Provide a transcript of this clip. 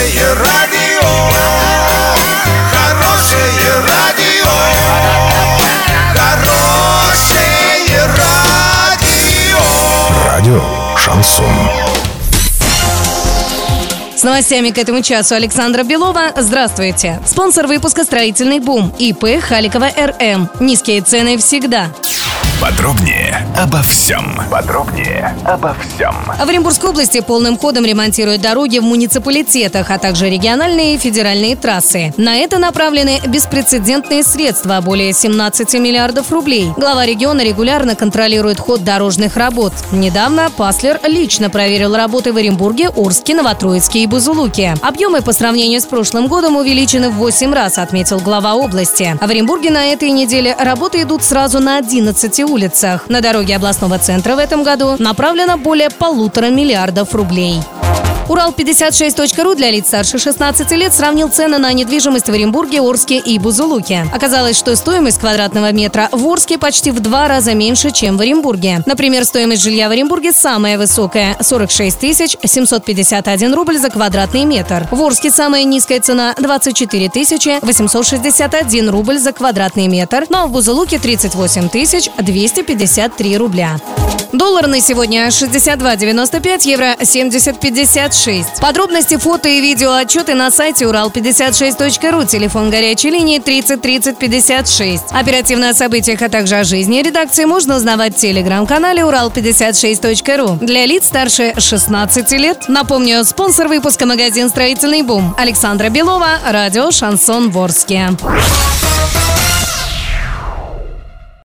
Хорошее радио, хорошее радио, хорошее радио. Радио «Шансон». С новостями к этому часу Александра Белова. Здравствуйте. Спонсор выпуска «Строительный бум» ИП Халикова РМ. Низкие цены всегда. Подробнее обо всем. В Оренбургской области полным ходом ремонтируют дороги в муниципалитетах, а также региональные и федеральные трассы. На это направлены беспрецедентные средства – более 17 миллиардов рублей. Глава региона регулярно контролирует ход дорожных работ. Недавно Паслер лично проверил работы в Оренбурге, Орске, Новотроицке и Бузулуке. Объемы по сравнению с прошлым годом увеличены в 8 раз, отметил глава области. А в Оренбурге на этой неделе работы идут сразу на 11 улицах. На дороге областного центра в этом году направлено более 1,5 миллиарда рублей. Урал56.ру для лиц старше 16 лет сравнил цены на недвижимость в Оренбурге, Орске и Бузулуке. Оказалось, что стоимость квадратного метра в Орске почти в 2 раза меньше, чем в Оренбурге. Например, стоимость жилья в Оренбурге самая высокая – 46 751 рубль за квадратный метр. В Орске самая низкая цена – 24 861 рубль за квадратный метр, ну а в Бузулуке – 38 253 рубля. Доллар на сегодня 62.95, евро 70.56. Подробности, фото и видео отчеты на сайте Урал56.ру. Телефон горячей линии 30 30 56. Оперативно о событиях, а также о жизни редакции можно узнавать в телеграм-канале Урал56.ру. Для лиц старше 16 лет. Напомню, спонсор выпуска магазин «Строительный бум». Александра Белова, радио «Шансон» в Орске.